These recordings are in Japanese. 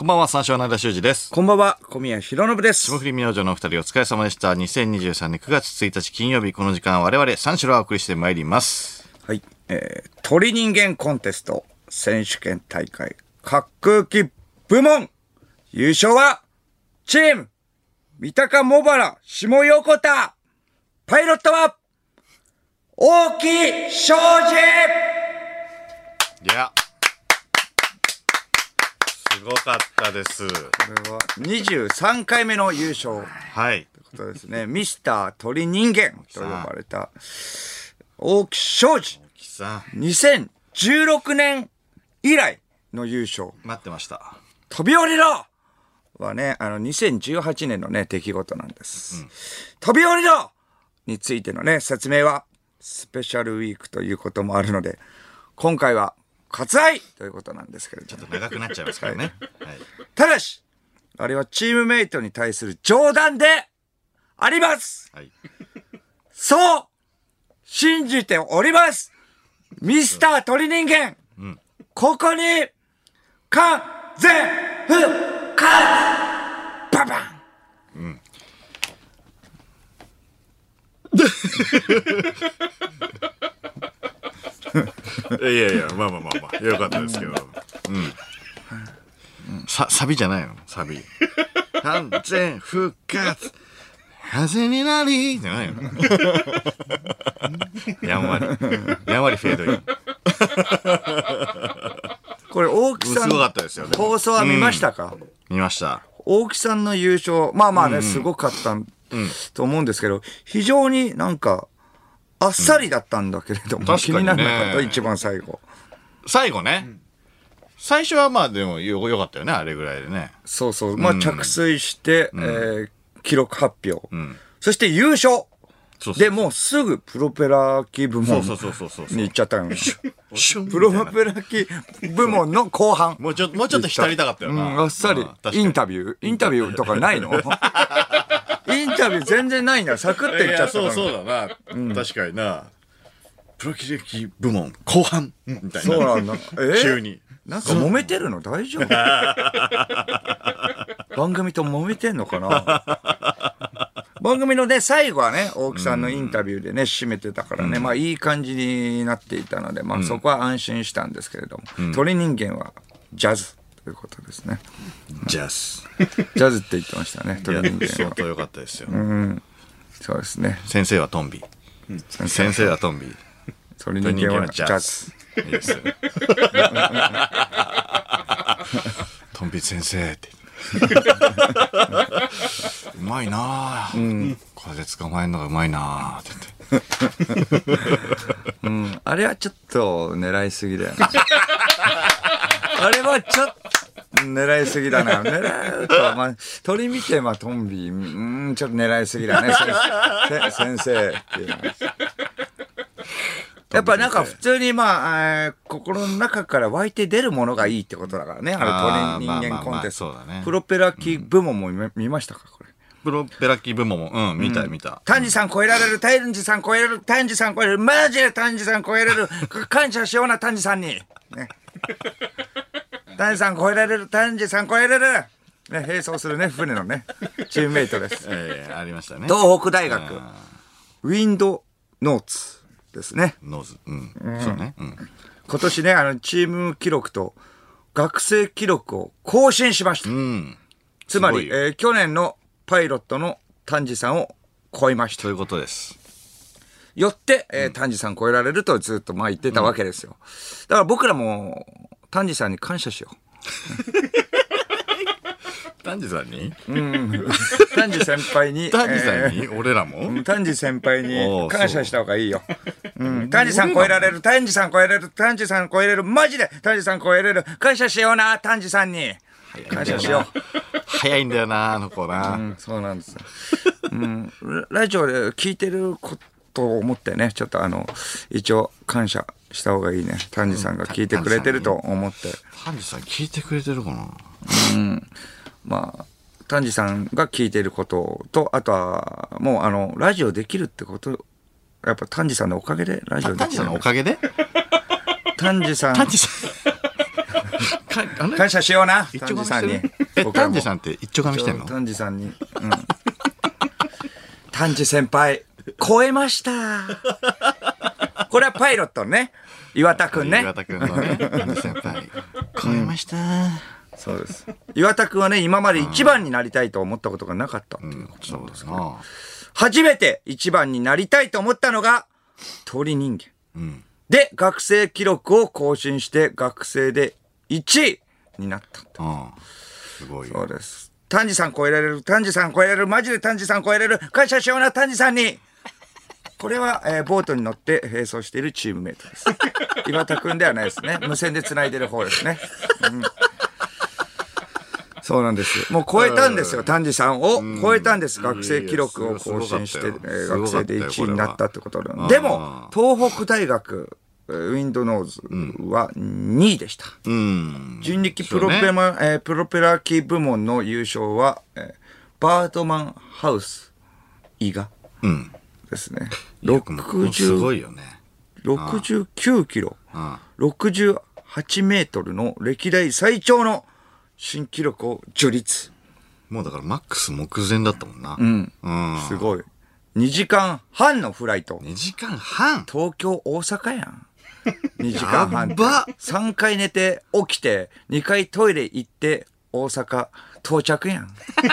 こんばんは、三四郎の間修二です。 こんばんは、小宮浩信です。 霜降り明星のお二人お疲れ様でした。2023年9月1日金曜日、この時間我々三四郎をお送りしてまいります。 はい、鳥人間コンテスト選手権大会滑空機部門優勝はチーム三鷹茂原下横田。パイロットは大木庄司。 いや、すごかったです。 これは23回目の優勝はい。 ということですね。ミスター鳥人間と呼ばれた大木庄司。 大木さん、 2016年以来の優勝。 待ってました。 飛び降りろはね、2018年のね、出来事なんです。飛び降りろについてのね、説明は、スペシャルウィークということもあるので、今回は割愛ということなんですけれども。 ちょっと長くなっちゃいますからね。はい。 ただし、あれはチームメイトに対する冗談であります。 はい。 そう信じております。ミスター鳥人間、ここに完全復活ババン。 いやいや、まあ、よかったですけど。サビじゃないのサビ。完全復活風になりじゃないのやんわりフェードイン。 これ大木さんすごかったですよね。 放送は見ましたか？ 見ました。 大木さんの優勝、まあね、すごかったと思うんですけど、非常になんかあっさりだったんだけれども、気にならなかった。一番最後ね、最初はまあでもよかったよね、あれぐらいでね。 そうそう、まあ着水して、記録発表、そして優勝でもうすぐプロペラ機部門に行っちゃったよね。プロペラ機部門の後半もうちょっと浸りたかったよな。 あっさりインタビューとかないの？インタビュー全然ないんだ。サクッと言っちゃったから。 そうだな、確かにな。プロペラ機部門後半みたいな。 そうなんだ。 急になんか揉めてるの大丈夫？番組と揉めてんのかな？番組のね、最後はね、大木さんのインタビューでね、締めてたからね、まあいい感じになっていたので、まあそこは安心したんですけれども、鳥人間はジャズということですね。 ジャズって言ってましたね、鳥人間は。 相当良かったですよ。 そうですね。 先生はトンビ。先生はトンビ。 鳥人間はジャズ。 いいですよ。トンビ先生って。うまいなぁ、これで捕まえるのがうまいなぁって言って、 あれはちょっと狙いすぎだよね。あれはちょっと狙いすぎだな。狙うと、まあ、鳥見て、まあ、トンビ、ちょっと狙いすぎだね。先生っていうのは。やっぱなんか普通にまあ、心の中から湧いて出るものがいいってことだからね。鳥人間コンテスト。プロペラ機部門も見ましたかこれ。 プロペラ機部門も、見た。 丹治さん超えられる、丹治さん超えれる、丹治さん超えれる、マジで丹治さん超えれる、感謝しような丹治さんに。ね。丹治さん超えられる、丹治さん超えれる。ね、並走するね、船のね、チームメイトです。 ありましたね。 東北大学、ウィンドノーツ。ですね。 ノーズ。そうね。 今年ね、チーム記録と学生記録を更新しました。つまり、去年のパイロットの丹治さんを超えました。 ということです。 よって、丹治さん超えられるとずっとまあ言ってたわけですよ。だから僕らも丹治さんに感謝しよう。 丹治さんに？ 丹治先輩に。 丹治さんに？俺らも？ 丹治先輩に感謝した方がいいよ。丹治さん超えられる、丹治さん超えれる、丹治さん超えれる、マジで丹治さん超えれる、感謝しような、丹治さんに。感謝しよう。 早いんだよな、あの子な。 そうなんですよ。ラジオで聞いてることを思ってね、ちょっと一応感謝した方がいいね。丹治さんが聞いてくれてると思って。 丹治さん聞いてくれてるかな？ まあ、丹治さんが聞いてることと、あとは、もうラジオできるってこと、やっぱ丹治さんのおかげでラジオできる。 丹治さんのおかげで？ 丹治さん。 感謝しような、 一丁丹治さんに。 丹治さんって一丁噛みしてんの？ 丹治さんに。丹治先輩、超えました。これはパイロットのね、岩田くんね。 岩田くんのね、丹治先輩。超えました。 そうです。岩田くんはね、今まで一番になりたいと思ったことがなかったっていうことなんですけど、初めて一番になりたいと思ったのが、鳥人間。で、学生記録を更新して、学生で1位になった。 すごいよ。 そうです。丹治さん超えられる、丹治さん超えられる、マジで丹治さん超えられる、感謝しような丹治さんに。これは、ボートに乗って並走しているチームメイトです。岩田くんではないですね。無線で繋いでる方ですね。そうなんです。もう超えたんですよ。丹治さんを超えたんです。学生記録を更新して、学生で1位になったってことで。でも、東北大学、ウィンドノーズは2位でした。人力プロペラ機部門の優勝は、バートマンハウス伊賀ですね。 すごいよね。 69キロ、68メートルの歴代最長の新記録を樹立。 もうだからマックス目前だったもんな。 すごい。2時間半のフライト。 2時間半東京、大阪やん。2時間半って。3回寝て、起きて、2回トイレ行って、大阪、到着やん。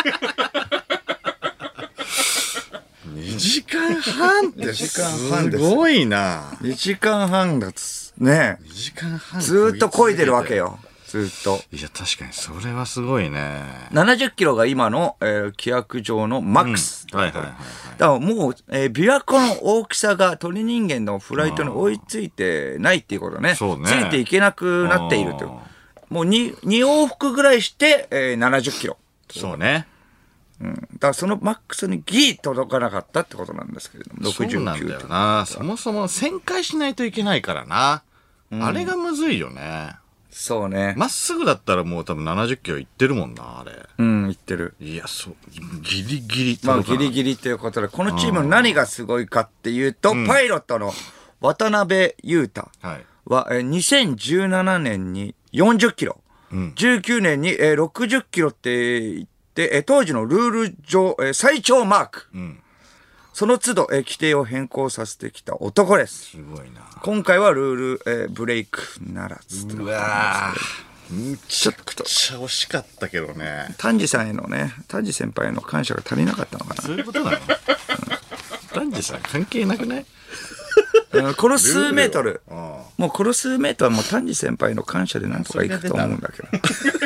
2時間半ってすごいな。 2時間半だっつ。ねえ。 2時間半ずーっと漕いでるわけよ。ずっと。 いや、確かにそれはすごいね。 70キロが今の、規約上のマックス。だからもう、琵琶湖の大きさが鳥人間のフライトに追いついてないっていうことね。 そうね。 ついていけなくなっているという。もう 2往復ぐらいして、70キロ。 そうね。 だからそのマックスにギー届かなかったってことなんですけれども。 69そうなんだよな。そもそも旋回しないといけないからな。あれがむずいよね。 そうね。 まっすぐだったらもう多分70キロいってるもんな、あれ。 いってる。 いや、そう、ギリギリまあ、ギリギリということで、このチームの何がすごいかっていうと、パイロットの渡辺裕太は、2017年に40キロ、19年に60キロって言って、当時のルール上、最長マーク。その都度、規定を変更させてきた男です。 すごいな。 今回はルール、ブレイクならず。 うわぁ。ちょっと惜しかったけどね。 丹治さんへのね、丹治先輩への感謝が足りなかったのかな。 そういうことなの？丹治さん関係なくない？ この数メートル、もうこの数メートルはもう丹治先輩の感謝でなんとかいくと思うんだけど。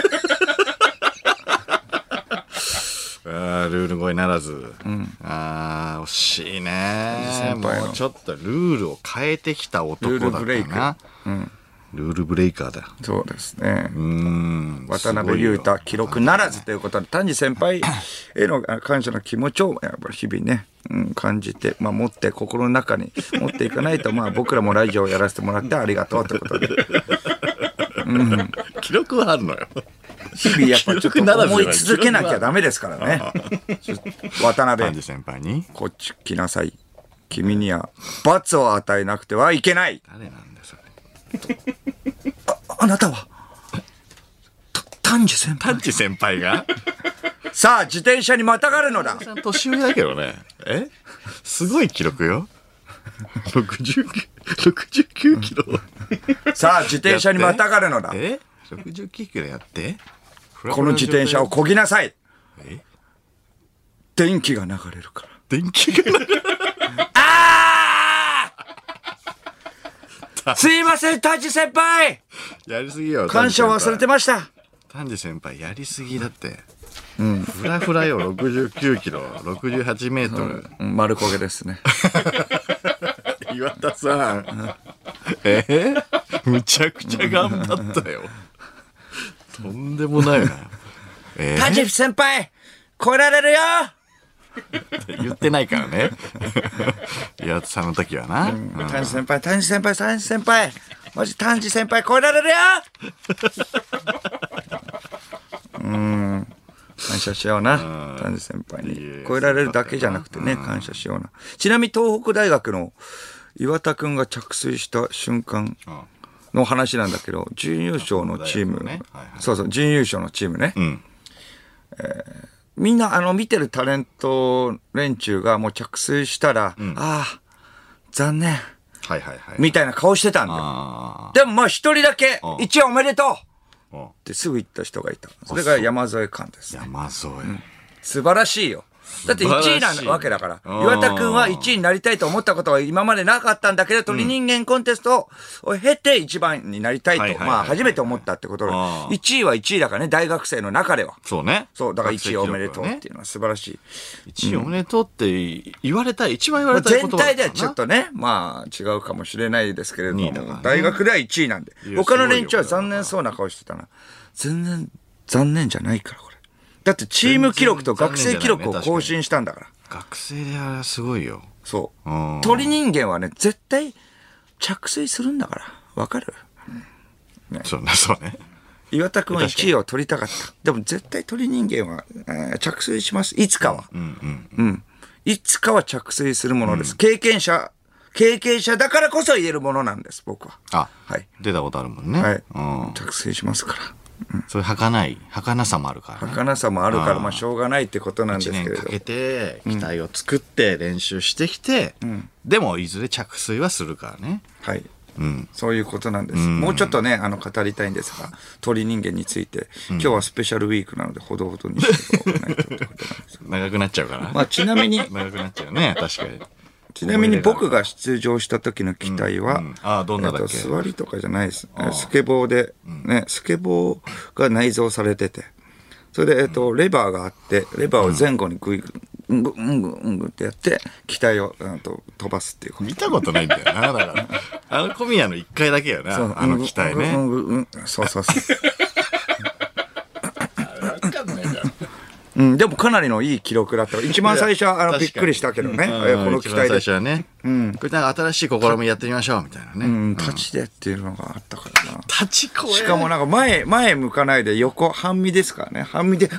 ルール超えならず。惜しいね。もうちょっとルールを変えてきた男だったな。ルールブレイカーだ。 そうですね。渡辺裕太記録ならずということで、丹治先輩への感謝の気持ちをやっぱり日々ね、感じて、まあ持って心の中に持っていかないと、まあ僕らもラジオをやらせてもらってありがとうということで。 記録はあるのよ。 日々やっぱちょっと思い続けなきゃダメですからね。渡辺。 丹治先輩にこっち来なさい。君には罰を与えなくてはいけない。 誰なんだよそれ。 あなたは丹治先輩。 丹治先輩がさあ自転車にまたがるのだ。 年上だけどね。すごい記録よ。69キロ。 さあ自転車にまたがるのだ。 69キロやって。 この自転車を漕ぎなさい。電気が流れるから。 電気が流れる。 すいません、丹治先輩。 やりすぎよ。 感謝忘れてました。 丹治先輩やりすぎだって。フラフラよ、69キロ、68メートル。 丸焦げですね。 岩田さん。むちゃくちゃ頑張ったよ。とんでもないな。 丹治先輩、超えられるよ。 言ってないからね。岩田さんの時はな。 丹治先輩、丹治先輩、丹治先輩。マジ丹治先輩超えられるよ。感謝しような。丹治先輩に。超えられるだけじゃなくてね、感謝しような。ちなみに東北大学の岩田くんが着水した瞬間、 の話なんだけど、準優勝のチーム、そうそう、準優勝のチームね。みんな見てるタレント連中がもう着水したら、ああ、残念。みたいな顔してたんだよ。でもまあ一人だけ、1位おめでとうってすぐ言った人がいた。それが山添寛です。 山添。 素晴らしだって1位なわけだから。岩田くんは1位になりたいと思ったことは今までなかったんだけど、鳥人間コンテストを経て1番になりたいと、まあ初めて思ったってことで、1位は1位だからね、大学生の中では。 そうね。 そう、だから1位おめでとうっていうのは素晴らしい。 1位おめでとうって言われたい、一番言われたいこと全体ではちょっとね、まあ違うかもしれないですけれども、大学では1位なんで。他の連中は残念そうな顔してたな。全然残念じゃないから、これ。だってチーム記録と学生記録を更新したんだから。 学生であれすごいよ。 そう。鳥人間はね、絶対着水するんだから。わかる？ ね、そうね。 岩田くんは1位を取りたかった。でも絶対鳥人間は、着水します。いつかは。いつかは着水するものです。経験者だからこそ言えるものなんです、僕は。 はい。出たことあるもんね。 はい。着水しますから。 それ儚さもあるからね。 儚さもあるから、まあしょうがないってことなんですけれど。 1年かけて、機体を作って練習してきて、でもいずれ着水はするからね。 はい。そういうことなんです。もうちょっとね、語りたいんですが、鳥人間について、今日はスペシャルウィークなので、ほどほどにしておかないとってことなんです長くなっちゃうから。 まあちなみに、 長くなっちゃうね、確かに。 ちなみに僕が出場した時の機体は、 どんなだっけ？ 座りとかじゃないです。スケボーで、ね、スケボーが内蔵されてて、それで、レバーがあって、レバーを前後にグイグイ、うんぐってやって、機体を飛ばすっていうこと。 見たことないんだよな、だから。小宮の1回だけよな、機体ね。 そう。でもかなりのいい記録だった。一番最初はびっくりしたけどね。この機体で。 最初はね。これなんか新しい試みやってみましょうみたいなね。 立ちでっていうのがあったからな。 立ちこえ。 しかもなんか前向かないで横半身ですからね。半身で。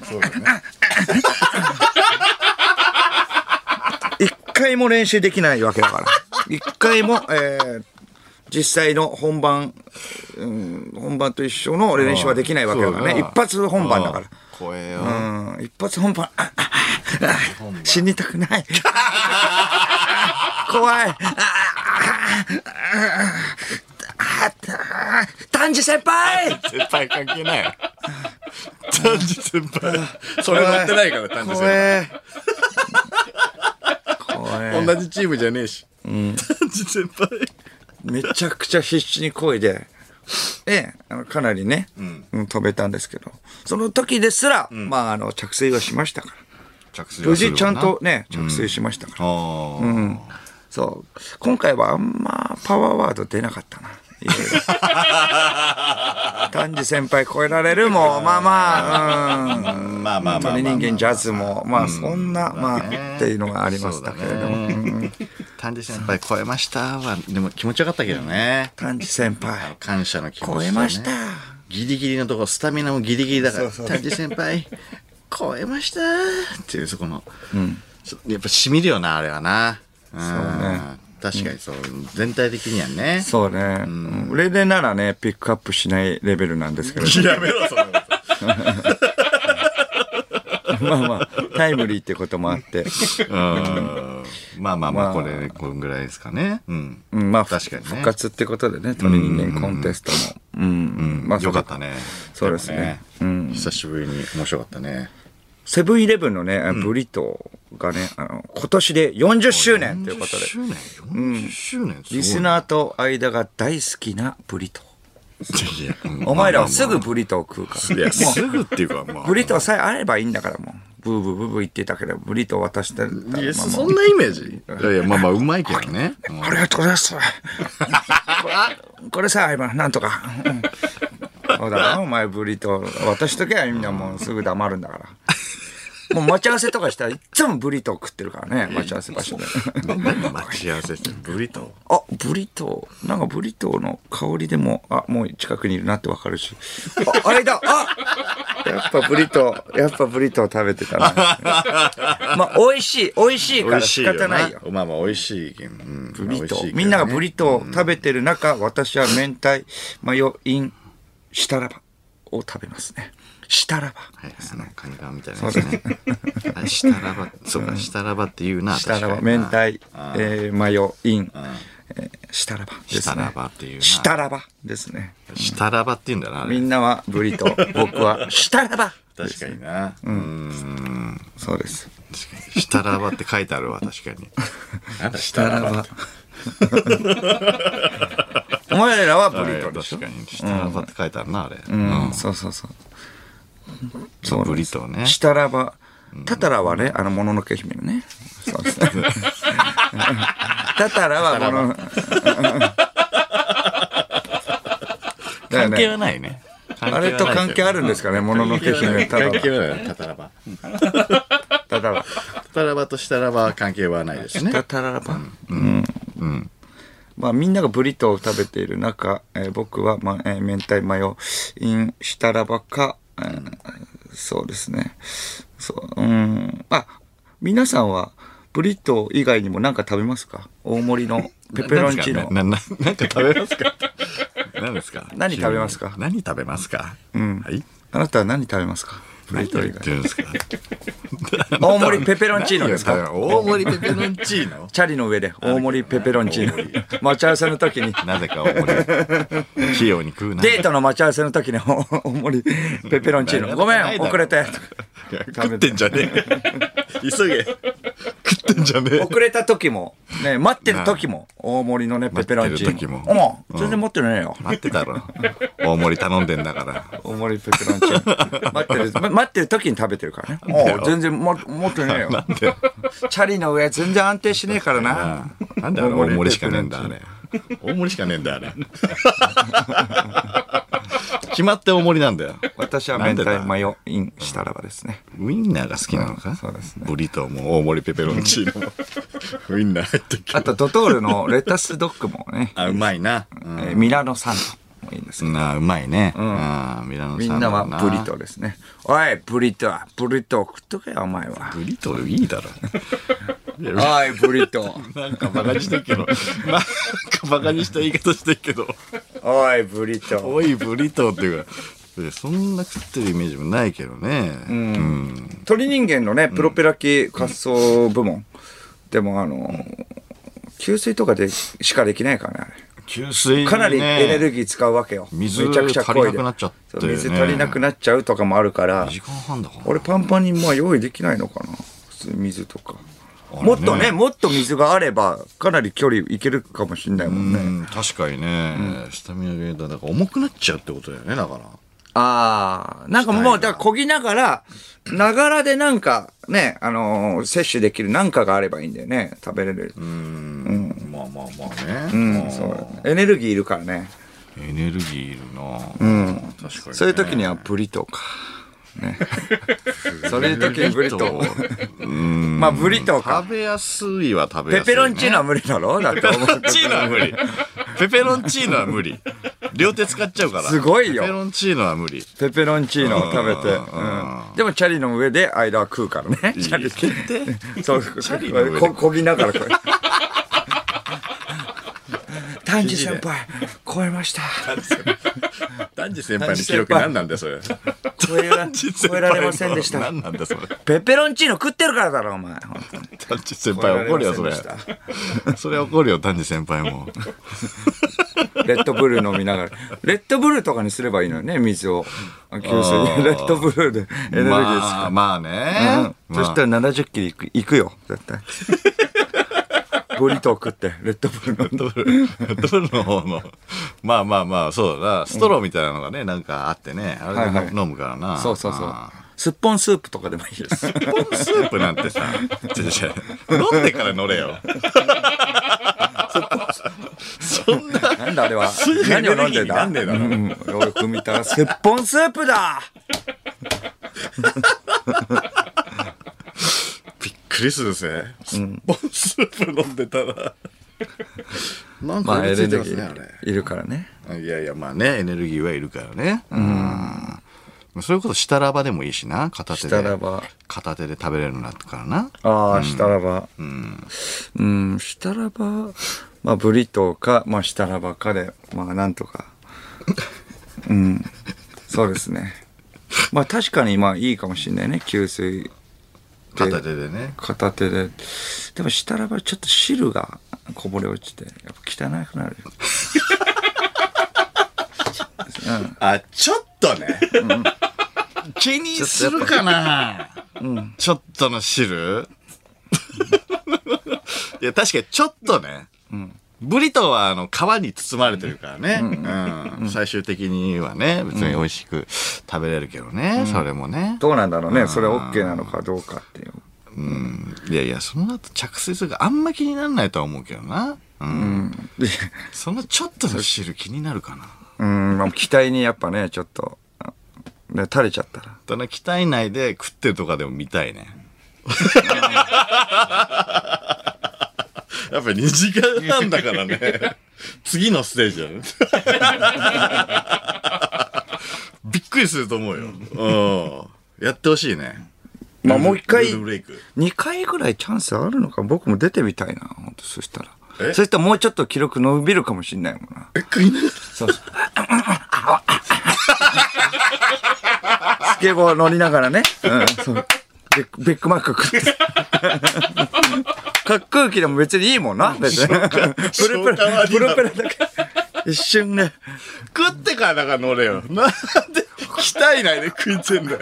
一回も練習できないわけだから。一回も実際の本番と一緒の練習はできないわけだからね。一発本番だから。 怖えよ。 一発本番。死にたくない。怖い。丹治先輩先輩関係ない。丹治先輩。それ乗ってないから、丹治先輩。怖い。同じチームじゃねえし。丹治先輩。 めちゃくちゃ必死に漕いで、かなりね、飛べたんですけど、その時ですら、まあ、着水はしましたから。無事ちゃんとね、着水しましたから。そう。今回はあんまパワーワード出なかったな。丹治先輩超えられるも、まあ、鳥人間ジャズも、まあ、そんな、まあ、っていうのがありましたけれども。 丹治先輩超えましたは、でも気持ちよかったけどね。 丹治先輩。 感謝の気持ち、 超えました。 ギリギリのところ、スタミナもギリギリだから、丹治先輩、超えましたっていう、そこの、やっぱしみるよな、あれはな。 そうね。 確かにそう、全体的にはね。 そうね。例年ならね、ピックアップしないレベルなんですけど。 やめろ、その。 まあ、タイムリーってこともあって。 まあ、こんぐらいですかね。 まあ、 確かにね。 復活ってことでね、鳥人間コンテストも。 まあ、よかったね。 そうですね。 久しぶりに面白かったね。 セブンイレブンのね、ブリトーがね、今年で40周年ということで。 40周年リスナーと間が大好きなブリトー。お前らはすぐブリトー食うから。 いや、すぐっていうか、 ブリトーさえあればいいんだからもう。ブーブーブーブー言ってたけど、ブリトー渡してたら。 いや、そんなイメージ？いや、まあ、うまいけどね。 ありがとうございます。これさ、今、なんとか。そうだな、お前ブリトー渡しとけばみんなもうすぐ黙るんだから。 もう待ち合わせとかしたらいつもブリトー食ってるからね、待ち合わせ場所で。 何待ち合わせしてブリトあ、ブリトー。なんかブリトーの香りでも、あ、もう近くにいるなってわかるし。あ、あれだやっぱブリトー食べてたな。まあ、美味しいから仕方ないよ。 まあまあ美味しいけど、 ブリトー。みんながブリトー食べてる中、私は明太マヨインシタラバを食べますね。シタラバ。 はい、カニカマみたいなやつね。シタラバ、そうか、シタラバって言うな、 シタラバ、明太、マヨイン、シタラバですね。 シタラバっていうな。 シタラバですね。 シタラバって言うんだな。 みんなはブリトー、僕はシタラバ。 確かにな。 そうです。 確かに。シタラバって書いてあるわ、確かに。なんだ、 シタラバ。お前らはブリトーでしょ。 確かに。シタラバって書いてあるな、あれ。 そうそうそう。 そうブリトーね。 シタラバ。タタラはね、もののけ姫のね。そうですね。タタラはもの。 関係はないね。 あれと関係あるんですかね、もののけ姫。 関係はない。タタラバ。タタラバとシタラバは関係はないですね。 タタラバ。まあみんながブリトーを食べている中、僕は、明太マヨインシタラバか、そうですね。あ、皆さんはブリトー以外にも何か食べますか？大盛りのペペロンチーノ。 なんか食べますか？何ですか？ 何食べますか？ 何食べますか？はい。 あなたは何食べますか？ブリトー以外。 何言ってるんですか？ 大盛りペペロンチーノですか？ 大盛りペペロンチーノ？ チャリの上で大盛りペペロンチーノ。待ち合わせの時に。 なぜか大盛り。器用に食うな。 デートの待ち合わせの時に大盛りペペロンチーノ。ごめん、遅れて。 食ってんじゃねえ。急げ。食ってんじゃねえ。 遅れた時も、ね、待ってる時も、大盛りのね、ペペロンチーノ。全然待ってねえよ。 待ってたろ。大盛り頼んでんだから。 大盛りペペロンチーノ。待ってる時に食べてるからね。全然持ってねえよ。チャリの上全然安定しねえからな。 なんであれ大盛りしかねえんだ、あれ。大盛りしかねえんだ、あれ。決まって大盛りなんだよ。 私は明太マヨインしたらばですね。 ウインナーが好きなのか？ そうですね。 ブリトーも大盛りペペロンチーノもウインナー入ってる。 あとドトールのレタスドッグもね。 あ、うまいな。 ミラノサンドもいいんですけど。 うまいね。ミラノサンド。 みんなはブリトーですね。おい、ブリトー食っとけよ、お前は。 ブリトーいいだろ。 おい、ブリトー。 なんかバカにしてるけど。なんかバカにした言い方してるけど。 おい、ブリトー。 おい、ブリトーっていうか。そんな食ってるイメージもないけどね。 鳥人間のね、プロペラ機滑走部門。でも給水とかでしかできないからね、あれ。 給水ね。 かなりエネルギー使うわけよ。 水めちゃくちゃ濃いで。 足りなくなっちゃってね。 水足りなくなっちゃうとかもあるから。 2時間半だから。 俺パンパンにまあ用意できないのかな。普通水とか。もっとね、もっと水があれば、かなり距離いけるかもしれないもんね。 確かにね。スタミナゲーだから重くなっちゃうってことだよね、だから。 なんかもう、だから漕ぎながら、ながらでなんかね、摂取できるなんかがあればいいんだよね。食べれる。 まあまあまあね。 そう。エネルギーいるからね。 エネルギーいるな。確かに。 そういう時にはブリトーか。ね。そういう時にブリトー。まあブリトーか。 食べやすいは食べやすい。 ペペロンチーノは無理だろ？だってペペロンチーノは無理。ペペロンチーノは無理。両手使っちゃうから。 すごいよ。 ペペロンチーノは無理。 ペペロンチーノを食べて。でもチャリの上で間は食うからね。チャリってそう、こぎながらこれ。丹治先輩、超えました。 丹治先輩の記録何なんだよ、それ。 超えられませんでした。 何なんだ、それ。 ペペロンチーノ食ってるからだろ、お前。 丹治先輩怒るよ、それ。それ怒るよ、丹治先輩も。 レッドブル飲みながら。レッドブルとかにすればいいのよね、水を。給水。レッドブルでエネルギーまあね。 そしたら70キロいくよ、絶対。ブリトー食って、レッドブルの。 レッドブルの方の。まあまあまあ、そうだな。ストローみたいなのがね、なんかあってね。あれで飲むからな。 そうそうそう。すっぽんスープとかでもいいです。 すっぽんスープなんてさ、飲んでから乗れよ。そんな。 なんだあれは。何を飲んでんだ？俺組みたら、すっぽんスープだりするぜ。スープ飲んでたら。なんまあかついてエネルギますね、あれ。 ーいるからね。 いやいや、まあね、エネルギーはいるからね。そういうことしたらばでもいいしな、片手で。 したらば。 片手で食べれるようになったからな。 ああ、したらば。したらば、まあブリトーか、まあしたらばかで、まあなんとか。そうですね。まあ確かにまあいいかもしれないね、給水。 片手でね。 片手で。でもしたらばちょっと汁がこぼれ落ちて、やっぱ汚くなるよ。 あ、ちょっとね。気にするかな、ちょっとの汁いや、確かにちょっとね。ブリトーは皮に包まれてるからね。最終的にはね、別に美味しく食べれるけどね。それもね。 どうなんだろうね。それ OK なのかどうかっていう。 いやいや、その後着水するからあんま気にならないとは思うけどな。そのちょっとの汁気になるかな。 まあ期待にやっぱね、ちょっと、ね、垂れちゃったら。 ただ期待内で食ってるとかでも見たいね。やっぱり2時間半だからね。次のステージだね。びっくりすると思うよ。やってほしいね。 まあもう一回、 2 回ぐらいチャンスあるのか。僕も出てみたいな、本当そしたら。そしたらもうちょっと記録伸びるかもしんないもんな。 食いながらそうそう。スケボー乗りながらね。そう。ビッグマック食って。滑空機でも別にいいもんな。別に。プルプラだけ。一瞬ね。 食ってからだから乗れよ。なんで、期待内で食いてんだよ。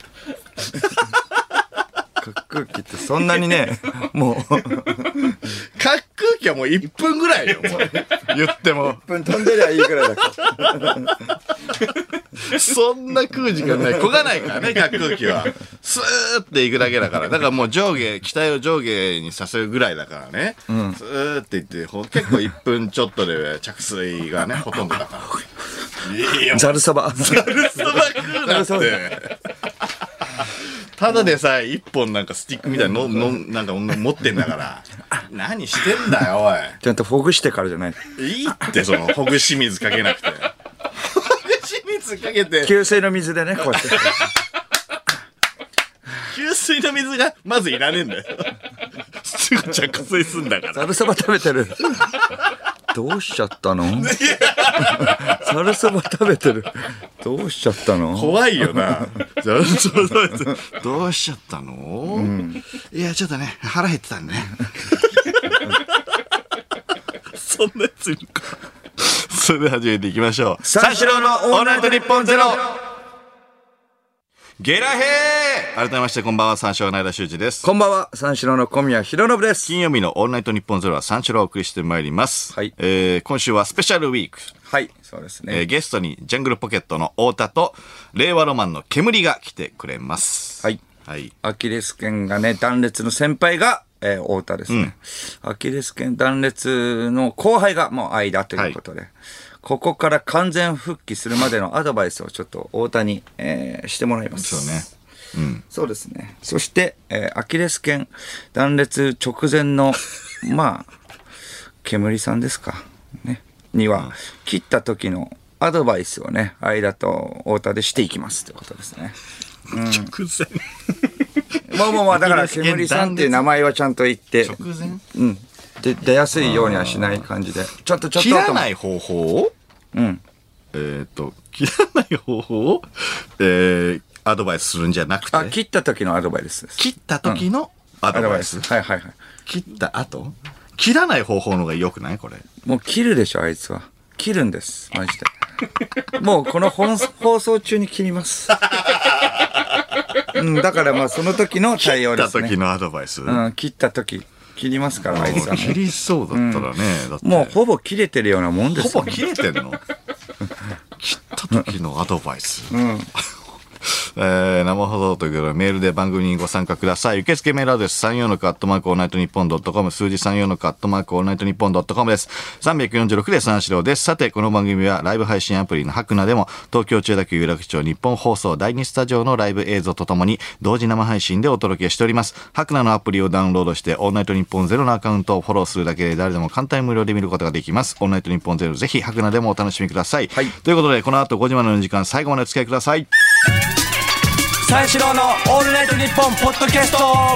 滑空機ってそんなにね、もう。 滑空機はもう1分ぐらいよ、もう。言っても。 1分飛んでりゃいいぐらいだから。 そんな食う時間ない。焦がないからね、滑空機は。スーっていくだけだから。だからもう機体を上下にさせるぐらいだからね。スーっていって、結構1分ちょっとで着水がね、ほとんどだから。いや、 ざるそば。 ざるそば食うなって。ただでさえ一本なんかスティックみたいななんか持ってんだから。何してんだよ、おい。 ちゃんとほぐしてからじゃない。 いいって、その、ほぐし水かけなくて。ほぐし水かけて。 給水の水でね、こうやって。 給水の水がまずいらねえんだよ。すぐ着水すんだから。 ざるそば食べてる。どうしちゃったの？ざるそば食べてる。どうしちゃったの？ 怖いよな。ざるそば食べてる。どうしちゃったの？いや、ちょっとね、腹減ってたんでね。そんなやついるか。それでは始めていきましょう。 三四郎のオールナイトニッポンゼロ。 ゲラヘー。改めましてこんばんは、三四郎の間修二です。 こんばんは、三四郎の小宮浩信です。 金曜日のオールナイトニッポンゼロは三四郎をお送りしてまいります。 はい。 今週はスペシャルウィーク。 はい、そうですね。 ゲストにジャングルポケットの太田と令和ロマンの煙が来てくれます。 はい。 はい。 アキレス腱がね、断裂の先輩が、太田ですね。アキレス腱断裂の後輩がもう間ということで、ここから完全復帰するまでのアドバイスをちょっと太田に、してもらいます。 そうね。 そうですね。そして、アキレス腱断裂直前の、まあ、煙さんですか。ね。には、切った時のアドバイスをね、間と太田でしていきますということですね。 直前。 まあ、だから煙さんっていう名前はちゃんと言って。 直前？ で、出やすいようにはしない感じで。ちょっと。 切らない方法を切らない方法を、アドバイスするんじゃなくて。 切った時のアドバイスです。 切った時のアドバイス。 はい。 切った後？切らない方法の方が良くない？これ。 もう切るでしょ、あいつは。切るんです。マジで。もうこの放送中に切ります。だからまあその時の対応ですね。 切った時のアドバイス。 切った時。切りますから、あいつは、ね。 切りそうだったらね。だってもうほぼ切れてるようなもんですよ、 ほぼ切れてんの？切った時のアドバイス。 生放送ということでメールで番組にご参加ください。受付メールアドレス34のカットマークオールナイトニッポンドットコム、数字34のカットマークオールナイトニッポンドットコムです。346で三四郎です。さて、この番組はライブ配信アプリのハクナでも東京千代田区有楽町日本放送第2スタジオのライブ映像とともに同時生配信でお届けしております。ハクナのアプリをダウンロードしてオールナイトニッポンゼロのアカウントをフォローするだけで誰でも簡単に無料で見ることができます。オールナイトニッポンゼロ、ぜひハクナでもお楽しみください。はい、ということでこの後5時までの時間最後までお付き合いください。 三四郎のオールナイトニッポンポッドキャスト。